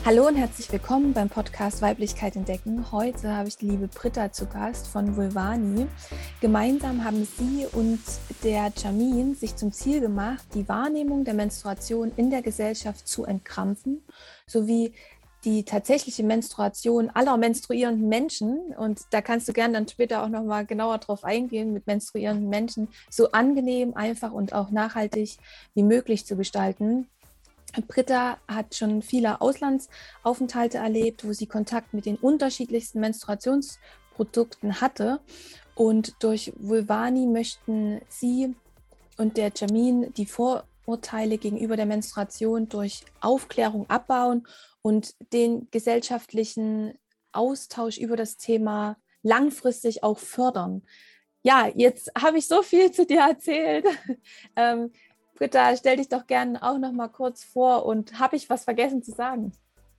Hallo und herzlich willkommen beim Podcast Weiblichkeit entdecken. Heute habe ich die liebe Britta zu Gast von Vulvani. Gemeinsam haben sie und der Jamin sich zum Ziel gemacht, die Wahrnehmung der Menstruation in der Gesellschaft zu entkrampfen, sowie die tatsächliche Menstruation aller menstruierenden Menschen, und da kannst du gerne dann später auch nochmal genauer drauf eingehen, mit menstruierenden Menschen so angenehm, einfach und auch nachhaltig wie möglich zu gestalten. Britta hat schon viele Auslandsaufenthalte erlebt, wo sie Kontakt mit den unterschiedlichsten Menstruationsprodukten hatte. Und durch Vulvani möchten sie und der Jamin die Vorurteile gegenüber der Menstruation durch Aufklärung abbauen und den gesellschaftlichen Austausch über das Thema langfristig auch fördern. Ja, jetzt habe ich so viel zu dir erzählt. Britta, stell dich doch gerne auch noch mal kurz vor, und habe ich was vergessen zu sagen?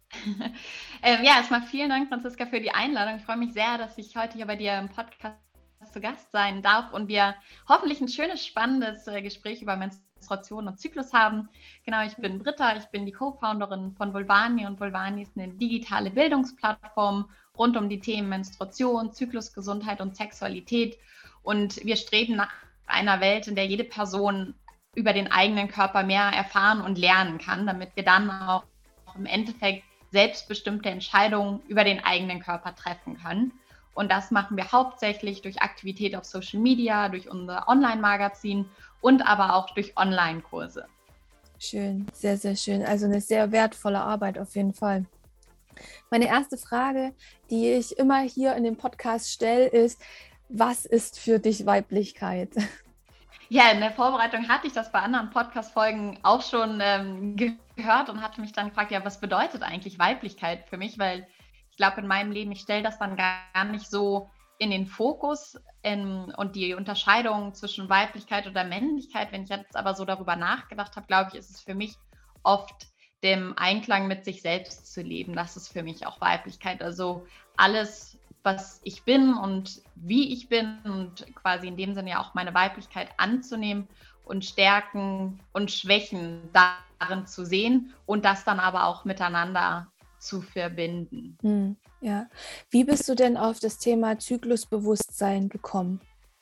Erstmal vielen Dank, Franziska, für die Einladung. Ich freue mich sehr, dass ich heute hier bei dir im Podcast zu Gast sein darf und wir hoffentlich ein schönes, spannendes Gespräch über Menstruation und Zyklus haben. Genau, ich bin Britta, ich bin die Co-Founderin von Vulvani, und Vulvani ist eine digitale Bildungsplattform rund um die Themen Menstruation, Zyklusgesundheit und Sexualität. Und wir streben nach einer Welt, in der jede Person über den eigenen Körper mehr erfahren und lernen kann, damit wir dann auch im Endeffekt selbstbestimmte Entscheidungen über den eigenen Körper treffen können. Und das machen wir hauptsächlich durch Aktivität auf Social Media, durch unser Online-Magazin und aber auch durch Online-Kurse. Schön, sehr, sehr schön. Also eine sehr wertvolle Arbeit auf jeden Fall. Meine erste Frage, die ich immer hier in dem Podcast stelle, ist: Was ist für dich Weiblichkeit? Ja, in der Vorbereitung hatte ich das bei anderen Podcast-Folgen auch schon gehört und hatte mich dann gefragt, ja, was bedeutet eigentlich Weiblichkeit für mich? Weil ich glaube, in meinem Leben, ich stelle das dann gar nicht so in den Fokus und die Unterscheidung zwischen Weiblichkeit oder Männlichkeit. Wenn ich jetzt aber so darüber nachgedacht habe, glaube ich, ist es für mich oft dem Einklang mit sich selbst zu leben. Das ist für mich auch Weiblichkeit. Also alles, was ich bin und wie ich bin, und quasi in dem Sinne ja auch meine Weiblichkeit anzunehmen und Stärken und Schwächen darin zu sehen und das dann aber auch miteinander zu verbinden. Ja. Wie bist du denn auf das Thema Zyklusbewusstsein gekommen?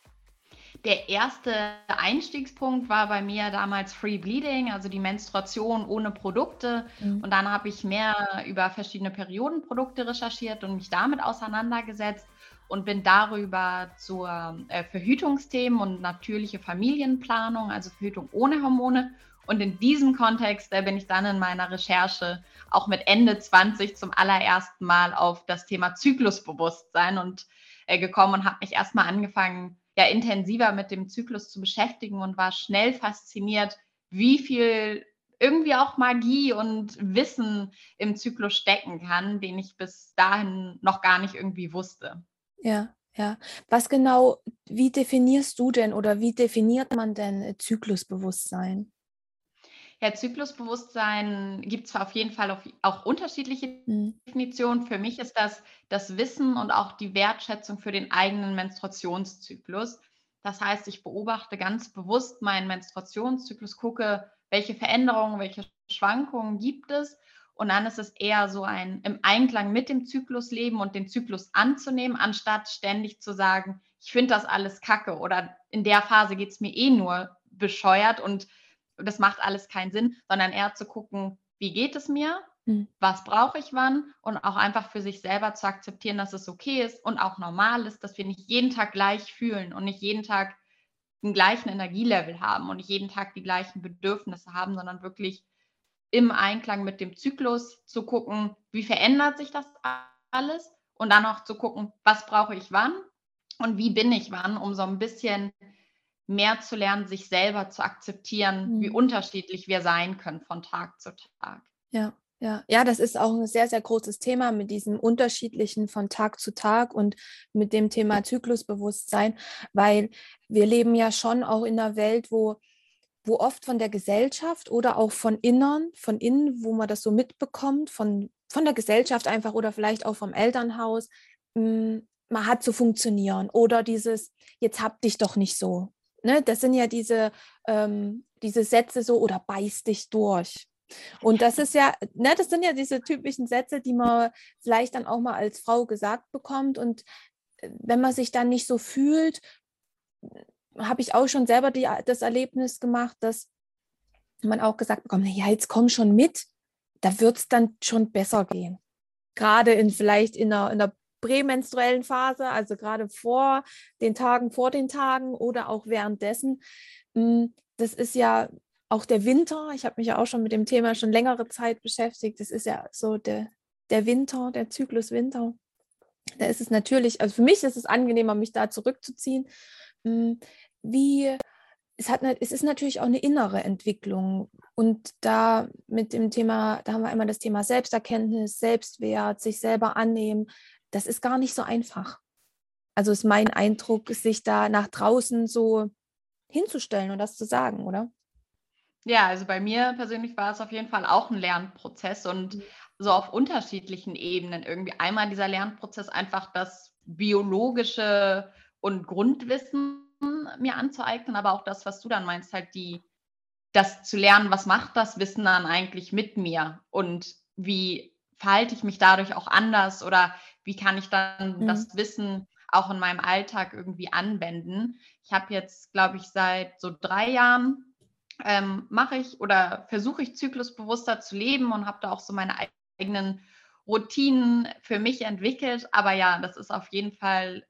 Der erste Einstiegspunkt war bei mir damals Free Bleeding, also die Menstruation ohne Produkte. Und dann habe ich mehr über verschiedene Periodenprodukte recherchiert und mich damit auseinandergesetzt und bin darüber zur Verhütungsthemen und natürliche Familienplanung, also Verhütung ohne Hormone. Und in diesem Kontext bin ich dann in meiner Recherche auch mit Ende 20 zum allerersten Mal auf das Thema Zyklusbewusstsein und gekommen und habe mich erstmal angefangen, intensiver mit dem Zyklus zu beschäftigen, und war schnell fasziniert, wie viel irgendwie auch Magie und Wissen im Zyklus stecken kann, den ich bis dahin noch gar nicht irgendwie wusste. Ja. Was genau, wie definierst du denn oder wie definiert man denn Zyklusbewusstsein? Ja, Zyklusbewusstsein gibt es zwar auf jeden Fall auch unterschiedliche Definitionen. Für mich ist das Wissen und auch die Wertschätzung für den eigenen Menstruationszyklus. Das heißt, ich beobachte ganz bewusst meinen Menstruationszyklus, gucke, welche Veränderungen, welche Schwankungen gibt es. Und dann ist es eher so ein im Einklang mit dem Zyklus leben und den Zyklus anzunehmen, anstatt ständig zu sagen, ich finde das alles kacke oder in der Phase geht es mir nur bescheuert und das macht alles keinen Sinn, sondern eher zu gucken, wie geht es mir, was brauche ich wann, und auch einfach für sich selber zu akzeptieren, dass es okay ist und auch normal ist, dass wir nicht jeden Tag gleich fühlen und nicht jeden Tag den gleichen Energielevel haben und nicht jeden Tag die gleichen Bedürfnisse haben, sondern wirklich im Einklang mit dem Zyklus zu gucken, wie verändert sich das alles, und dann auch zu gucken, was brauche ich wann und wie bin ich wann, um so ein bisschen mehr zu lernen, sich selber zu akzeptieren, wie unterschiedlich wir sein können von Tag zu Tag. Ja, das ist auch ein sehr, sehr großes Thema mit diesem Unterschiedlichen von Tag zu Tag und mit dem Thema Zyklusbewusstsein, weil wir leben ja schon auch in einer Welt, wo oft von der Gesellschaft oder auch von innen, wo man das so mitbekommt, von der Gesellschaft einfach oder vielleicht auch vom Elternhaus, man hat zu funktionieren, oder dieses, jetzt hab dich doch nicht so. Ne? Das sind ja diese Sätze so, oder beiß dich durch. Und das ist ja, ne, das sind ja diese typischen Sätze, die man vielleicht dann auch mal als Frau gesagt bekommt. Und wenn man sich dann nicht so fühlt, habe ich auch schon selber das Erlebnis gemacht, dass man auch gesagt bekommt, na ja, jetzt komm schon mit, da wird es dann schon besser gehen. Gerade vielleicht in einer prämenstruellen Phase, also gerade vor den Tagen oder auch währenddessen. Das ist ja auch der Winter. Ich habe mich ja auch schon mit dem Thema schon längere Zeit beschäftigt. Das ist ja so der Winter, der Zyklus Winter. Da ist es natürlich, also für mich ist es angenehmer, mich da zurückzuziehen. Wie es ist natürlich auch eine innere Entwicklung. Und da mit dem Thema, da haben wir einmal das Thema Selbsterkenntnis, Selbstwert, sich selber annehmen. Das ist gar nicht so einfach. Also ist mein Eindruck, sich da nach draußen so hinzustellen und das zu sagen, oder? Ja, also bei mir persönlich war es auf jeden Fall auch ein Lernprozess und so auf unterschiedlichen Ebenen irgendwie. Einmal dieser Lernprozess, einfach das biologische und Grundwissen mir anzueignen, aber auch das, was du dann meinst, halt das zu lernen, was macht das Wissen dann eigentlich mit mir und wie verhalte ich mich dadurch auch anders oder wie kann ich dann das Wissen auch in meinem Alltag irgendwie anwenden. Ich habe jetzt, glaube ich, seit so 3 Jahren mache ich oder versuche ich zyklusbewusster zu leben und habe da auch so meine eigenen Routinen für mich entwickelt. Aber ja, das ist auf jeden Fall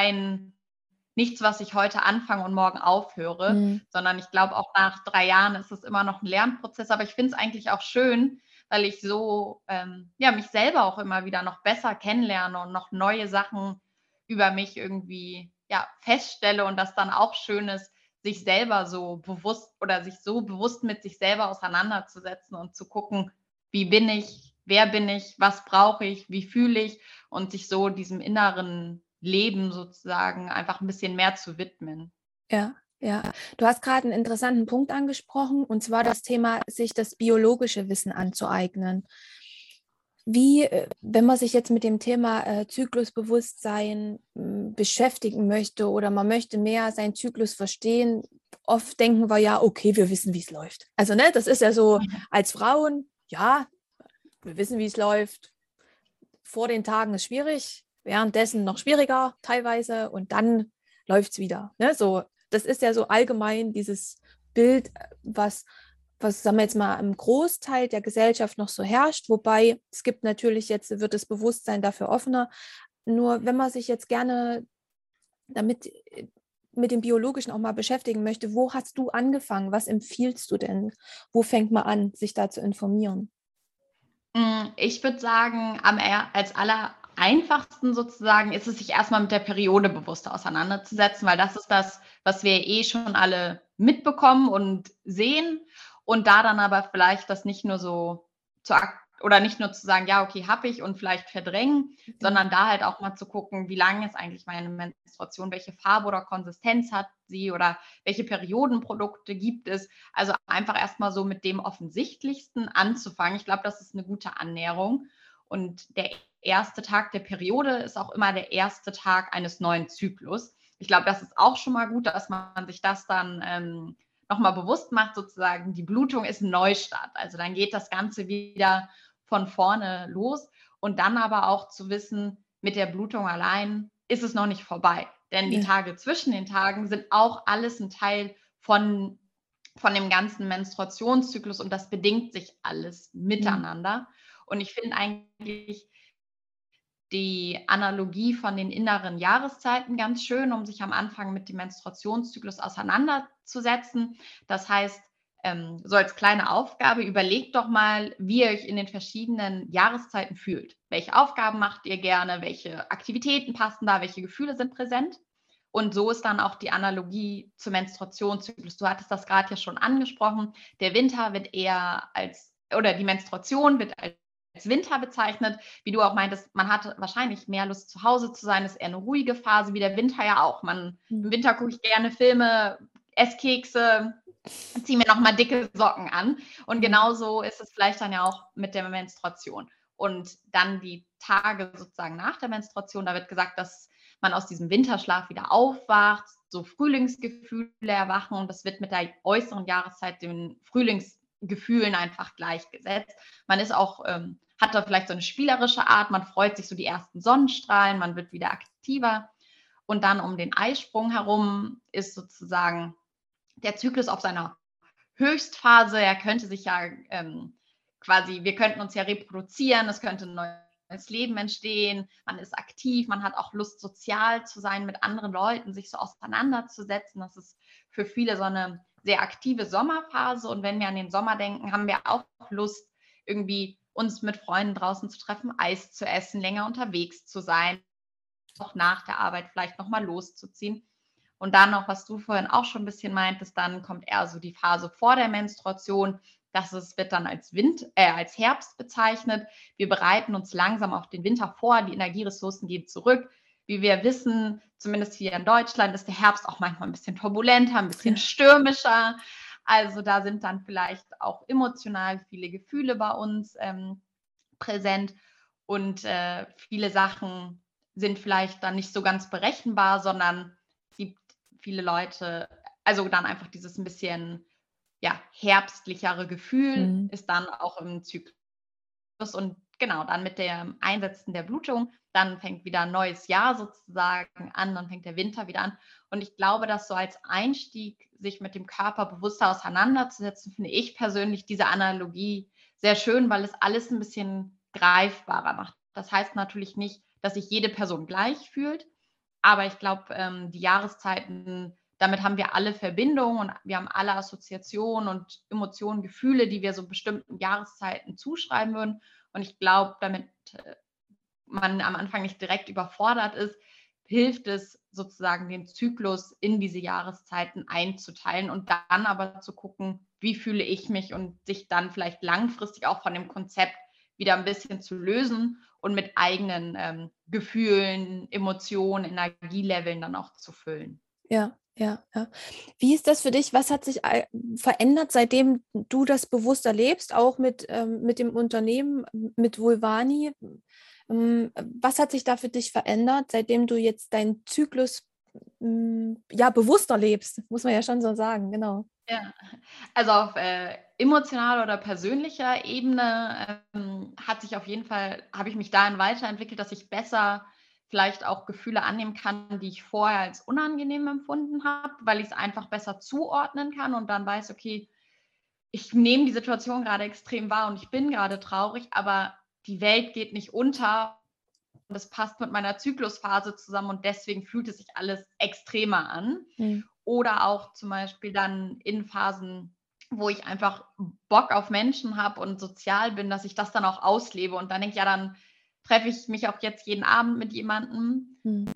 nichts, was ich heute anfange und morgen aufhöre, sondern ich glaube, auch nach 3 Jahren ist es immer noch ein Lernprozess. Aber ich finde es eigentlich auch schön, weil ich so mich selber auch immer wieder noch besser kennenlerne und noch neue Sachen über mich irgendwie feststelle und das dann auch schön ist, sich selber so bewusst oder sich so bewusst mit sich selber auseinanderzusetzen und zu gucken, wie bin ich, wer bin ich, was brauche ich, wie fühle ich und sich so diesem inneren Leben sozusagen einfach ein bisschen mehr zu widmen. Ja, ja. Du hast gerade einen interessanten Punkt angesprochen, und zwar das Thema, sich das biologische Wissen anzueignen. Wie, wenn man sich jetzt mit dem Thema Zyklusbewusstsein beschäftigen möchte oder man möchte mehr seinen Zyklus verstehen, oft denken wir ja, okay, wir wissen, wie es läuft. Also, ne, das ist ja so als Frauen, ja, wir wissen, wie es läuft. Vor den Tagen ist schwierig, währenddessen noch schwieriger teilweise und dann läuft es wieder. Ne? So, das ist ja so allgemein dieses Bild, was sagen wir jetzt mal im Großteil der Gesellschaft noch so herrscht, wobei es gibt natürlich jetzt, wird das Bewusstsein dafür offener. Nur wenn man sich jetzt gerne damit mit dem Biologischen auch mal beschäftigen möchte, wo hast du angefangen? Was empfiehlst du denn? Wo fängt man an, sich da zu informieren? Ich würde sagen, als allereinfachsten sozusagen ist es, sich erstmal mit der Periode bewusster auseinanderzusetzen, weil das ist das, was wir eh schon alle mitbekommen und sehen und da dann aber vielleicht das nicht nur so oder nicht nur zu sagen, ja, okay, habe ich und vielleicht verdrängen, sondern da halt auch mal zu gucken, wie lange ist eigentlich meine Menstruation, welche Farbe oder Konsistenz hat sie oder welche Periodenprodukte gibt es. Also einfach erstmal so mit dem Offensichtlichsten anzufangen. Ich glaube, das ist eine gute Annäherung. Und der erste Tag der Periode ist auch immer der erste Tag eines neuen Zyklus. Ich glaube, das ist auch schon mal gut, dass man sich das dann nochmal bewusst macht, sozusagen, die Blutung ist ein Neustart. Also dann geht das Ganze wieder von vorne los. Und dann aber auch zu wissen, mit der Blutung allein ist es noch nicht vorbei. Denn die Tage zwischen den Tagen sind auch alles ein Teil von dem ganzen Menstruationszyklus und das bedingt sich alles miteinander. Und ich finde eigentlich die Analogie von den inneren Jahreszeiten ganz schön, um sich am Anfang mit dem Menstruationszyklus auseinanderzusetzen. Das heißt, so als kleine Aufgabe, überlegt doch mal, wie ihr euch in den verschiedenen Jahreszeiten fühlt. Welche Aufgaben macht ihr gerne? Welche Aktivitäten passen da? Welche Gefühle sind präsent? Und so ist dann auch die Analogie zum Menstruationszyklus. Du hattest das gerade ja schon angesprochen. Der Winter wird oder die Menstruation wird als Winter bezeichnet. Wie du auch meintest, man hat wahrscheinlich mehr Lust, zu Hause zu sein. Das ist eher eine ruhige Phase, wie der Winter ja auch. Im Winter gucke ich gerne Filme, esse Kekse, ziehe mir nochmal dicke Socken an. Und genauso ist es vielleicht dann ja auch mit der Menstruation. Und dann die Tage sozusagen nach der Menstruation, da wird gesagt, dass man aus diesem Winterschlaf wieder aufwacht, so Frühlingsgefühle erwachen und das wird mit der äußeren Jahreszeit, den Gefühlen einfach gleichgesetzt. Man ist auch, hat da vielleicht so eine spielerische Art, man freut sich so die ersten Sonnenstrahlen, man wird wieder aktiver. Und dann um den Eisprung herum ist sozusagen der Zyklus auf seiner Höchstphase. Er könnte sich ja quasi, wir könnten uns ja reproduzieren, es könnte ein neues Leben entstehen, man ist aktiv, man hat auch Lust, sozial zu sein, mit anderen Leuten, sich so auseinanderzusetzen. Das ist für viele so eine sehr aktive Sommerphase. Und wenn wir an den Sommer denken, haben wir auch Lust, irgendwie uns mit Freunden draußen zu treffen, Eis zu essen, länger unterwegs zu sein, auch nach der Arbeit vielleicht nochmal loszuziehen. Und dann noch, was du vorhin auch schon ein bisschen meintest, dann kommt eher so die Phase vor der Menstruation. Wird dann als Herbst bezeichnet. Wir bereiten uns langsam auf den Winter vor, die Energieressourcen gehen zurück. Wie wir wissen, zumindest hier in Deutschland, ist der Herbst auch manchmal ein bisschen turbulenter, ein bisschen stürmischer. Also da sind dann vielleicht auch emotional viele Gefühle bei uns präsent und viele Sachen sind vielleicht dann nicht so ganz berechenbar, sondern es gibt viele Leute, also dann einfach dieses ein bisschen herbstlichere Gefühl ist dann auch im Zyklus. Und genau, dann mit dem Einsetzen der Blutung, dann fängt wieder ein neues Jahr sozusagen an, dann fängt der Winter wieder an. Und ich glaube, dass so als Einstieg, sich mit dem Körper bewusster auseinanderzusetzen, finde ich persönlich diese Analogie sehr schön, weil es alles ein bisschen greifbarer macht. Das heißt natürlich nicht, dass sich jede Person gleich fühlt, aber ich glaube, die Jahreszeiten, damit haben wir alle Verbindungen und wir haben alle Assoziationen und Emotionen, Gefühle, die wir so bestimmten Jahreszeiten zuschreiben würden. Und ich glaube, damit man am Anfang nicht direkt überfordert ist, hilft es sozusagen, den Zyklus in diese Jahreszeiten einzuteilen und dann aber zu gucken, wie fühle ich mich und sich dann vielleicht langfristig auch von dem Konzept wieder ein bisschen zu lösen und mit eigenen Gefühlen, Emotionen, Energieleveln dann auch zu füllen. Ja, ja, ja. Wie ist das für dich? Was hat sich verändert, seitdem du das bewusst erlebst, auch mit dem Unternehmen, mit Vulvani? Was hat sich da für dich verändert, seitdem du jetzt deinen Zyklus bewusster lebst? Muss man ja schon so sagen, genau. Ja, also auf emotionaler oder persönlicher Ebene hat sich auf jeden Fall, habe ich mich dahin weiterentwickelt, dass ich besser vielleicht auch Gefühle annehmen kann, die ich vorher als unangenehm empfunden habe, weil ich es einfach besser zuordnen kann und dann weiß, okay, ich nehme die Situation gerade extrem wahr und ich bin gerade traurig, aber die Welt geht nicht unter und das passt mit meiner Zyklusphase zusammen und deswegen fühlt es sich alles extremer an. Oder auch zum Beispiel dann in Phasen, wo ich einfach Bock auf Menschen habe und sozial bin, dass ich das dann auch auslebe und dann denke ich, ja, dann treffe ich mich auch jetzt jeden Abend mit jemandem.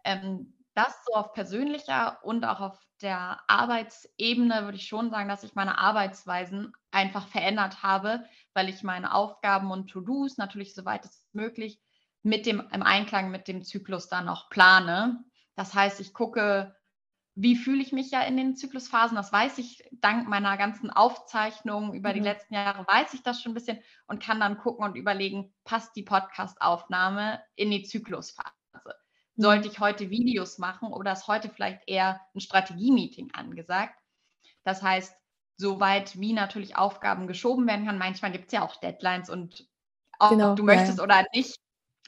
Das so auf persönlicher und auch auf der Arbeitsebene würde ich schon sagen, dass ich meine Arbeitsweisen einfach verändert habe, weil ich meine Aufgaben und To-dos natürlich, soweit es möglich, im Einklang mit dem Zyklus dann auch plane. Das heißt, ich gucke, wie fühle ich mich ja in den Zyklusphasen? Das weiß ich dank meiner ganzen Aufzeichnungen über die letzten Jahre, weiß ich das schon ein bisschen und kann dann gucken und überlegen, passt die Podcast-Aufnahme in die Zyklusphase? Sollte ich heute Videos machen oder ist heute vielleicht eher ein Strategie-Meeting angesagt? Das heißt, soweit wie natürlich Aufgaben geschoben werden kann, manchmal gibt es ja auch Deadlines und ob du möchtest oder nicht,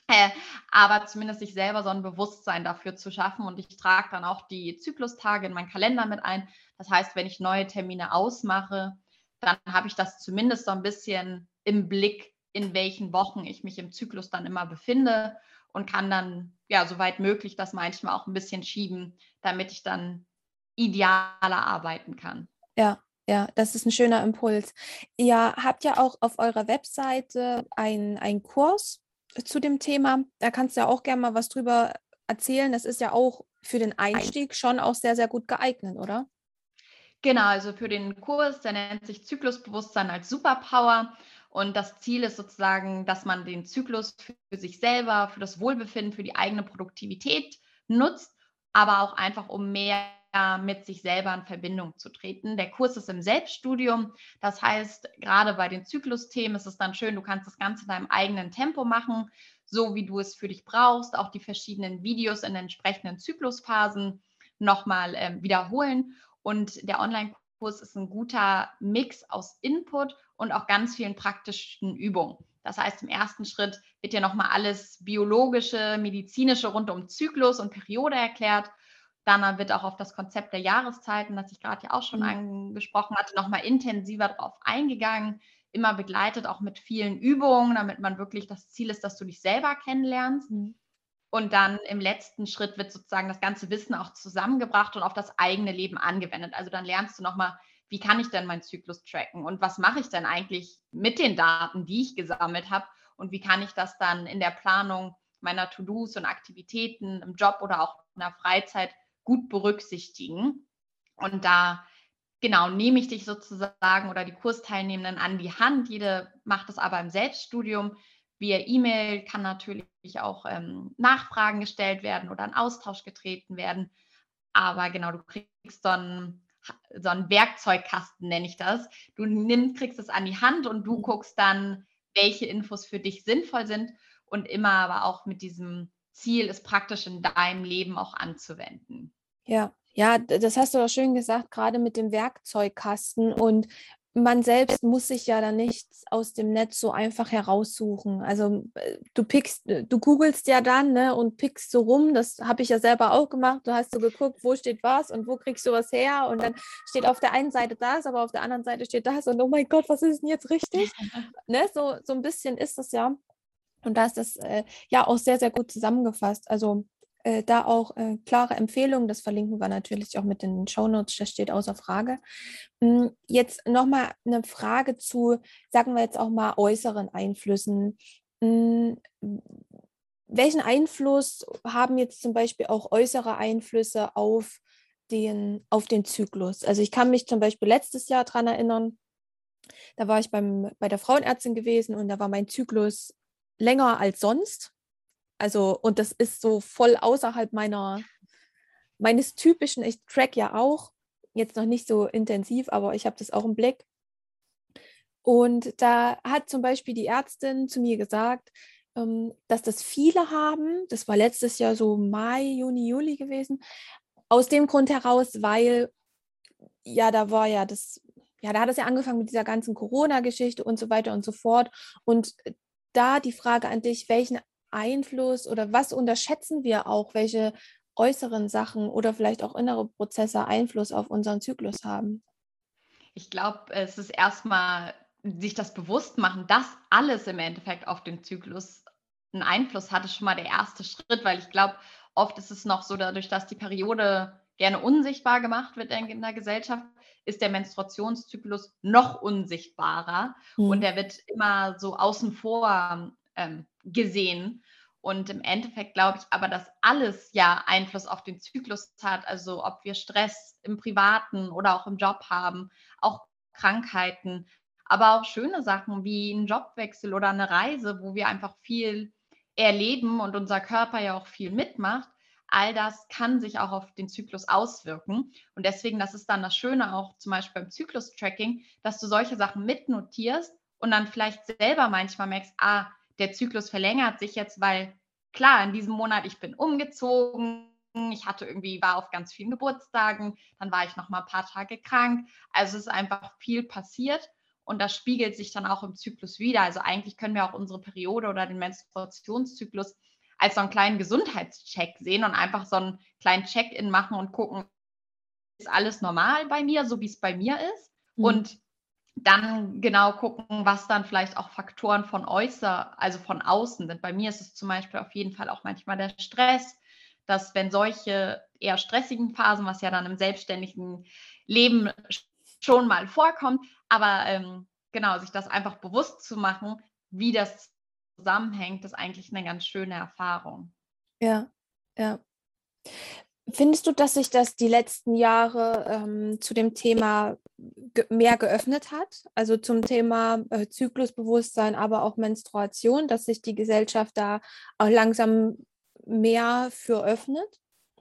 aber zumindest sich selber so ein Bewusstsein dafür zu schaffen und ich trage dann auch die Zyklustage in meinen Kalender mit ein. Das heißt, wenn ich neue Termine ausmache, dann habe ich das zumindest so ein bisschen im Blick, in welchen Wochen ich mich im Zyklus dann immer befinde und kann dann, ja, soweit möglich das manchmal auch ein bisschen schieben, damit ich dann idealer arbeiten kann. Ja, ja, das ist ein schöner Impuls. Ihr habt ja auch auf eurer Webseite einen Kurs zu dem Thema. Da kannst du ja auch gerne mal was drüber erzählen. Das ist ja auch für den Einstieg schon auch sehr, sehr gut geeignet, oder? Genau, also für den Kurs, der nennt sich Zyklusbewusstsein als Superpower. Und das Ziel ist sozusagen, dass man den Zyklus für sich selber, für das Wohlbefinden, für die eigene Produktivität nutzt, aber auch einfach, um mehr mit sich selber in Verbindung zu treten. Der Kurs ist im Selbststudium. Das heißt, gerade bei den Zyklusthemen ist es dann schön, du kannst das Ganze in deinem eigenen Tempo machen, so wie du es für dich brauchst, auch die verschiedenen Videos in den entsprechenden Zyklusphasen nochmal wiederholen. Und der Online-Kurs Kurs ist ein guter Mix aus Input und auch ganz vielen praktischen Übungen. Das heißt, im ersten Schritt wird dir nochmal alles biologische, medizinische rund um Zyklus und Periode erklärt. Dann wird auch auf das Konzept der Jahreszeiten, das ich gerade ja auch schon angesprochen hatte, nochmal intensiver drauf eingegangen, immer begleitet auch mit vielen Übungen, damit man wirklich das Ziel ist, dass du dich selber kennenlernst. Und dann im letzten Schritt wird sozusagen das ganze Wissen auch zusammengebracht und auf das eigene Leben angewendet. Also dann lernst du nochmal, wie kann ich denn meinen Zyklus tracken und was mache ich denn eigentlich mit den Daten, die ich gesammelt habe, und wie kann ich das dann in der Planung meiner To-Dos und Aktivitäten im Job oder auch in der Freizeit gut berücksichtigen. Und da genau nehme ich dich sozusagen oder die Kursteilnehmenden an die Hand. Jede macht es aber im Selbststudium. Via E-Mail kann natürlich auch Nachfragen gestellt werden oder in Austausch getreten werden. Aber genau, du kriegst so einen Werkzeugkasten, nenne ich das. Du kriegst es an die Hand und du guckst dann, welche Infos für dich sinnvoll sind, und immer aber auch mit diesem Ziel, es praktisch in deinem Leben auch anzuwenden. Ja, ja, das hast du doch schön gesagt, gerade mit dem Werkzeugkasten. Und man selbst muss sich ja dann nichts aus dem Netz so einfach heraussuchen. Also du googelst ja dann, ne, und pickst so rum. Das habe ich ja selber auch gemacht. Du hast so geguckt, wo steht was und wo kriegst du was her. Und dann steht auf der einen Seite das, aber auf der anderen Seite steht das. Und oh mein Gott, was ist denn jetzt richtig? Ne, so ein bisschen ist das ja. Und da ist das ja auch sehr, sehr gut zusammengefasst. Also da auch klare Empfehlungen, das verlinken wir natürlich auch mit in den Shownotes, das steht außer Frage. Jetzt nochmal eine Frage zu, sagen wir jetzt auch mal, äußeren Einflüssen. Welchen Einfluss haben jetzt zum Beispiel auch äußere Einflüsse auf den Zyklus? Also ich kann mich zum Beispiel letztes Jahr daran erinnern, da war ich bei der Frauenärztin gewesen und da war mein Zyklus länger als sonst. Also, und das ist so voll außerhalb meines typischen, ich track ja auch, jetzt noch nicht so intensiv, aber ich habe das auch im Blick. Und da hat zum Beispiel die Ärztin zu mir gesagt, dass das viele haben, das war letztes Jahr so Mai, Juni, Juli gewesen, aus dem Grund heraus, weil ja, da war ja das, ja, da hat es ja angefangen mit dieser ganzen Corona-Geschichte und so weiter und so fort. Und da die Frage an dich, welchen Einfluss oder was unterschätzen wir auch, welche äußeren Sachen oder vielleicht auch innere Prozesse Einfluss auf unseren Zyklus haben? Ich glaube, es ist erstmal sich das bewusst machen, dass alles im Endeffekt auf den Zyklus einen Einfluss hat, ist schon mal der erste Schritt, weil ich glaube, oft ist es noch so, dadurch, dass die Periode gerne unsichtbar gemacht wird in der Gesellschaft, ist der Menstruationszyklus noch unsichtbarer und der wird immer so außen vor gesehen. Und im Endeffekt glaube ich aber, dass alles ja Einfluss auf den Zyklus hat, also ob wir Stress im Privaten oder auch im Job haben, auch Krankheiten, aber auch schöne Sachen wie ein Jobwechsel oder eine Reise, wo wir einfach viel erleben und unser Körper ja auch viel mitmacht. All das kann sich auch auf den Zyklus auswirken. Und deswegen, das ist dann das Schöne auch zum Beispiel beim Zyklus-Tracking, dass du solche Sachen mitnotierst und dann vielleicht selber manchmal merkst, der Zyklus verlängert sich jetzt, weil klar, in diesem Monat, ich bin umgezogen, war auf ganz vielen Geburtstagen, dann war ich noch mal ein paar Tage krank. Also es ist einfach viel passiert und das spiegelt sich dann auch im Zyklus wieder. Also eigentlich können wir auch unsere Periode oder den Menstruationszyklus als so einen kleinen Gesundheitscheck sehen und einfach so einen kleinen Check-in machen und gucken, ist alles normal bei mir, so wie es bei mir ist? Und dann genau gucken, was dann vielleicht auch Faktoren also von außen sind. Bei mir ist es zum Beispiel auf jeden Fall auch manchmal der Stress, dass wenn solche eher stressigen Phasen, was ja dann im selbstständigen Leben schon mal vorkommt, aber genau, sich das einfach bewusst zu machen, wie das zusammenhängt, ist eigentlich eine ganz schöne Erfahrung. Ja, ja. Findest du, dass sich das die letzten Jahre zu dem Thema mehr geöffnet hat? Also zum Thema Zyklusbewusstsein, aber auch Menstruation, dass sich die Gesellschaft da auch langsam mehr für öffnet?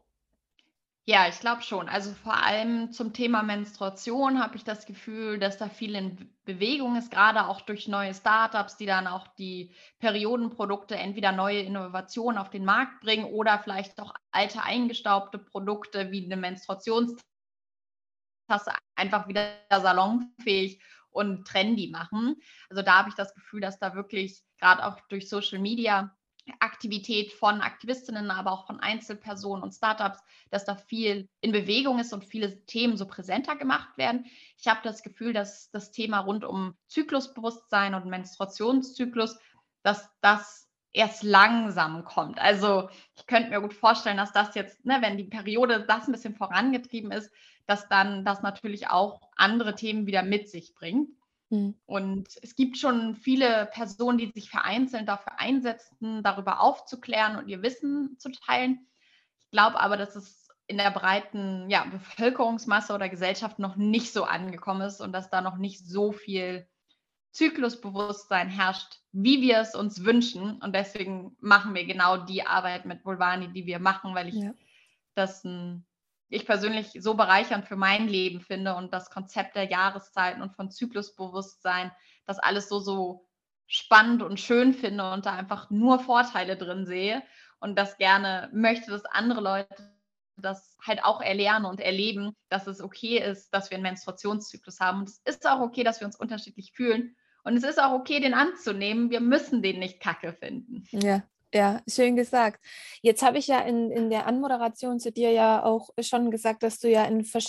Ja, ich glaube schon. Also vor allem zum Thema Menstruation habe ich das Gefühl, dass da viel in Bewegung ist, gerade auch durch neue Startups, die dann auch die Periodenprodukte, entweder neue Innovationen auf den Markt bringen oder vielleicht auch alte eingestaubte Produkte wie eine Menstruationstasse einfach wieder salonfähig und trendy machen. Also da habe ich das Gefühl, dass da wirklich gerade auch durch Social Media Aktivität von Aktivistinnen, aber auch von Einzelpersonen und Startups, dass da viel in Bewegung ist und viele Themen so präsenter gemacht werden. Ich habe das Gefühl, dass das Thema rund um Zyklusbewusstsein und Menstruationszyklus, dass das erst langsam kommt. Also ich könnte mir gut vorstellen, dass das jetzt, ne, wenn die Periode das ein bisschen vorangetrieben ist, dass dann das natürlich auch andere Themen wieder mit sich bringt. Und es gibt schon viele Personen, die sich vereinzelt dafür einsetzen, darüber aufzuklären und ihr Wissen zu teilen. Ich glaube aber, dass es in der breiten Bevölkerungsmasse oder Gesellschaft noch nicht so angekommen ist und dass da noch nicht so viel Zyklusbewusstsein herrscht, wie wir es uns wünschen. Und deswegen machen wir genau die Arbeit mit Vulvani, die wir machen, weil ich persönlich so bereichernd für mein Leben finde und das Konzept der Jahreszeiten und von Zyklusbewusstsein, das alles so spannend und schön finde und da einfach nur Vorteile drin sehe und das gerne möchte, dass andere Leute das halt auch erlernen und erleben, dass es okay ist, dass wir einen Menstruationszyklus haben. Und es ist auch okay, dass wir uns unterschiedlich fühlen. Und es ist auch okay, den anzunehmen. Wir müssen den nicht kacke finden. Ja, ja, schön gesagt. Jetzt habe ich ja in der Anmoderation zu dir ja auch schon gesagt, dass du ja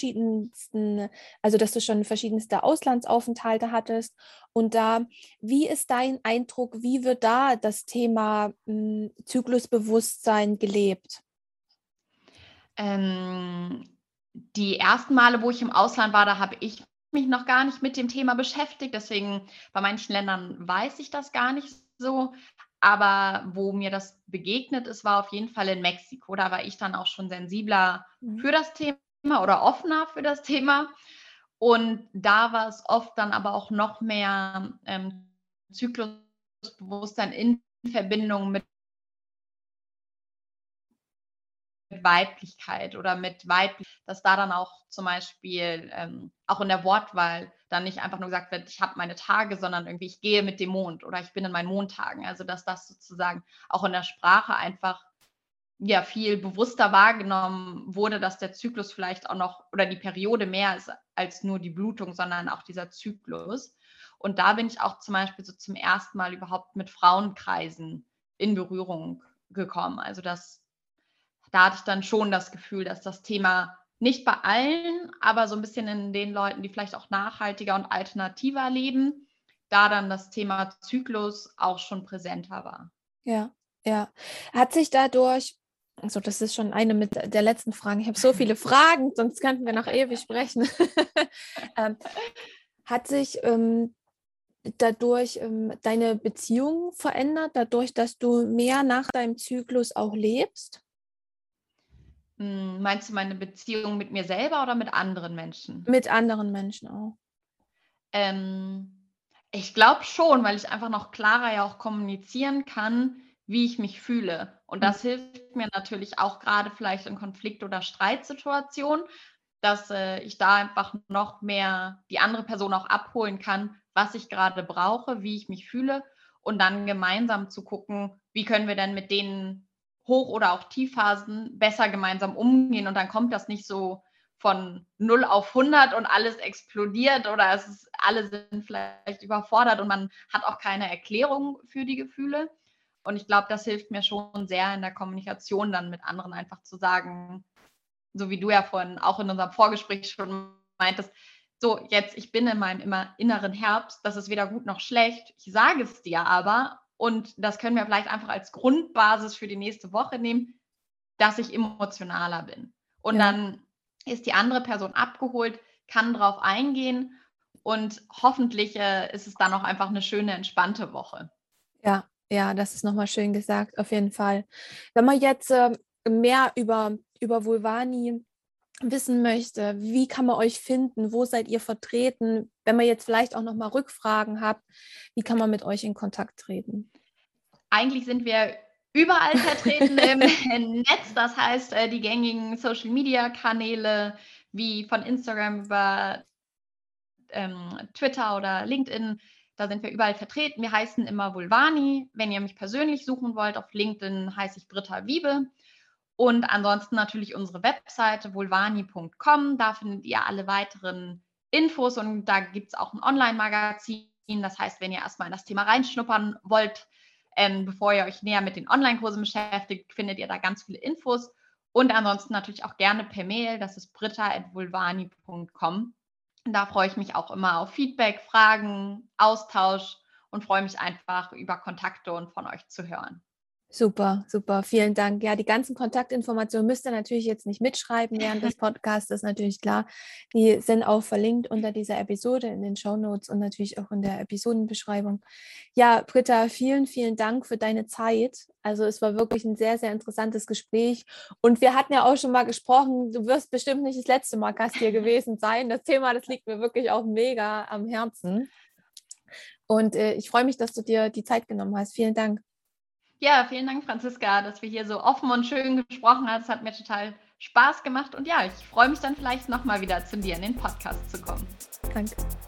dass du schon verschiedenste Auslandsaufenthalte hattest. Und wie ist dein Eindruck, wie wird da das Thema Zyklusbewusstsein gelebt? Die ersten Male, wo ich im Ausland war, da habe ich mich noch gar nicht mit dem Thema beschäftigt. Deswegen bei manchen Ländern weiß ich das gar nicht so. Aber wo mir das begegnet ist, war auf jeden Fall in Mexiko. Da war ich dann auch schon sensibler für das Thema oder offener für das Thema. Und da war es oft dann aber auch noch mehr Zyklusbewusstsein in Verbindung mit Weiblichkeit oder mit weiblich, dass da dann auch zum Beispiel auch in der Wortwahl dann nicht einfach nur gesagt wird, ich habe meine Tage, sondern irgendwie ich gehe mit dem Mond oder ich bin in meinen Mondtagen. Also dass das sozusagen auch in der Sprache einfach viel bewusster wahrgenommen wurde, dass der Zyklus vielleicht auch noch oder die Periode mehr ist als nur die Blutung, sondern auch dieser Zyklus. Und da bin ich auch zum Beispiel so zum ersten Mal überhaupt mit Frauenkreisen in Berührung gekommen. Also da hatte ich dann schon das Gefühl, dass das Thema nicht bei allen, aber so ein bisschen in den Leuten, die vielleicht auch nachhaltiger und alternativer leben, da dann das Thema Zyklus auch schon präsenter war. Ja, ja. Hat sich dadurch, also das ist schon eine mit der letzten Fragen, ich habe so viele Fragen, sonst könnten wir noch ewig sprechen. Hat sich dadurch deine Beziehung verändert, dadurch, dass du mehr nach deinem Zyklus auch lebst? Meinst du meine Beziehung mit mir selber oder mit anderen Menschen? Mit anderen Menschen auch. Ich glaube schon, weil ich einfach noch klarer ja auch kommunizieren kann, wie ich mich fühle. Und das hilft mir natürlich auch gerade vielleicht in Konflikt- oder Streitsituationen, dass ich da einfach noch mehr die andere Person auch abholen kann, was ich gerade brauche, wie ich mich fühle und dann gemeinsam zu gucken, wie können wir denn mit den Hoch- oder auch Tiefphasen besser gemeinsam umgehen und dann kommt das nicht so von 0 auf 100 und alles explodiert oder alle sind vielleicht überfordert und man hat auch keine Erklärung für die Gefühle. Und ich glaube, das hilft mir schon sehr in der Kommunikation dann mit anderen einfach zu sagen, so wie du ja vorhin auch in unserem Vorgespräch schon meintest, so jetzt, ich bin in meinem inneren Herbst, das ist weder gut noch schlecht, ich sage es dir aber und das können wir vielleicht einfach als Grundbasis für die nächste Woche nehmen, dass ich emotionaler bin. Und dann ist die andere Person abgeholt, kann drauf eingehen und hoffentlich ist es dann auch einfach eine schöne, entspannte Woche. Ja, das ist nochmal schön gesagt, auf jeden Fall. Wenn man jetzt mehr über Vulvani wissen möchte, wie kann man euch finden, wo seid ihr vertreten? Wenn man jetzt vielleicht auch nochmal Rückfragen habt, wie kann man mit euch in Kontakt treten? Eigentlich sind wir überall vertreten im Netz, das heißt, die gängigen Social-Media-Kanäle wie von Instagram über Twitter oder LinkedIn, da sind wir überall vertreten. Wir heißen immer Vulvani. Wenn ihr mich persönlich suchen wollt, auf LinkedIn heiße ich Britta Wiebe. Und ansonsten natürlich unsere Webseite vulvani.com. Da findet ihr alle weiteren Infos und da gibt es auch ein Online-Magazin. Das heißt, wenn ihr erstmal in das Thema reinschnuppern wollt, bevor ihr euch näher mit den Online-Kursen beschäftigt, findet ihr da ganz viele Infos. Und ansonsten natürlich auch gerne per Mail. Das ist britta@vulvani.com. Da freue ich mich auch immer auf Feedback, Fragen, Austausch und freue mich einfach über Kontakte und von euch zu hören. Super, super, vielen Dank. Ja, die ganzen Kontaktinformationen müsst ihr natürlich jetzt nicht mitschreiben während des Podcasts, das ist natürlich klar. Die sind auch verlinkt unter dieser Episode in den Shownotes und natürlich auch in der Episodenbeschreibung. Ja, Britta, vielen, vielen Dank für deine Zeit. Also es war wirklich ein sehr, sehr interessantes Gespräch. Und wir hatten ja auch schon mal gesprochen, du wirst bestimmt nicht das letzte Mal Gast hier gewesen sein. Das Thema, das liegt mir wirklich auch mega am Herzen. Und ich freue mich, dass du dir die Zeit genommen hast. Vielen Dank. Ja, vielen Dank, Franziska, dass wir hier so offen und schön gesprochen haben. Es hat mir total Spaß gemacht und ja, ich freue mich dann vielleicht nochmal wieder zu dir in den Podcast zu kommen. Danke.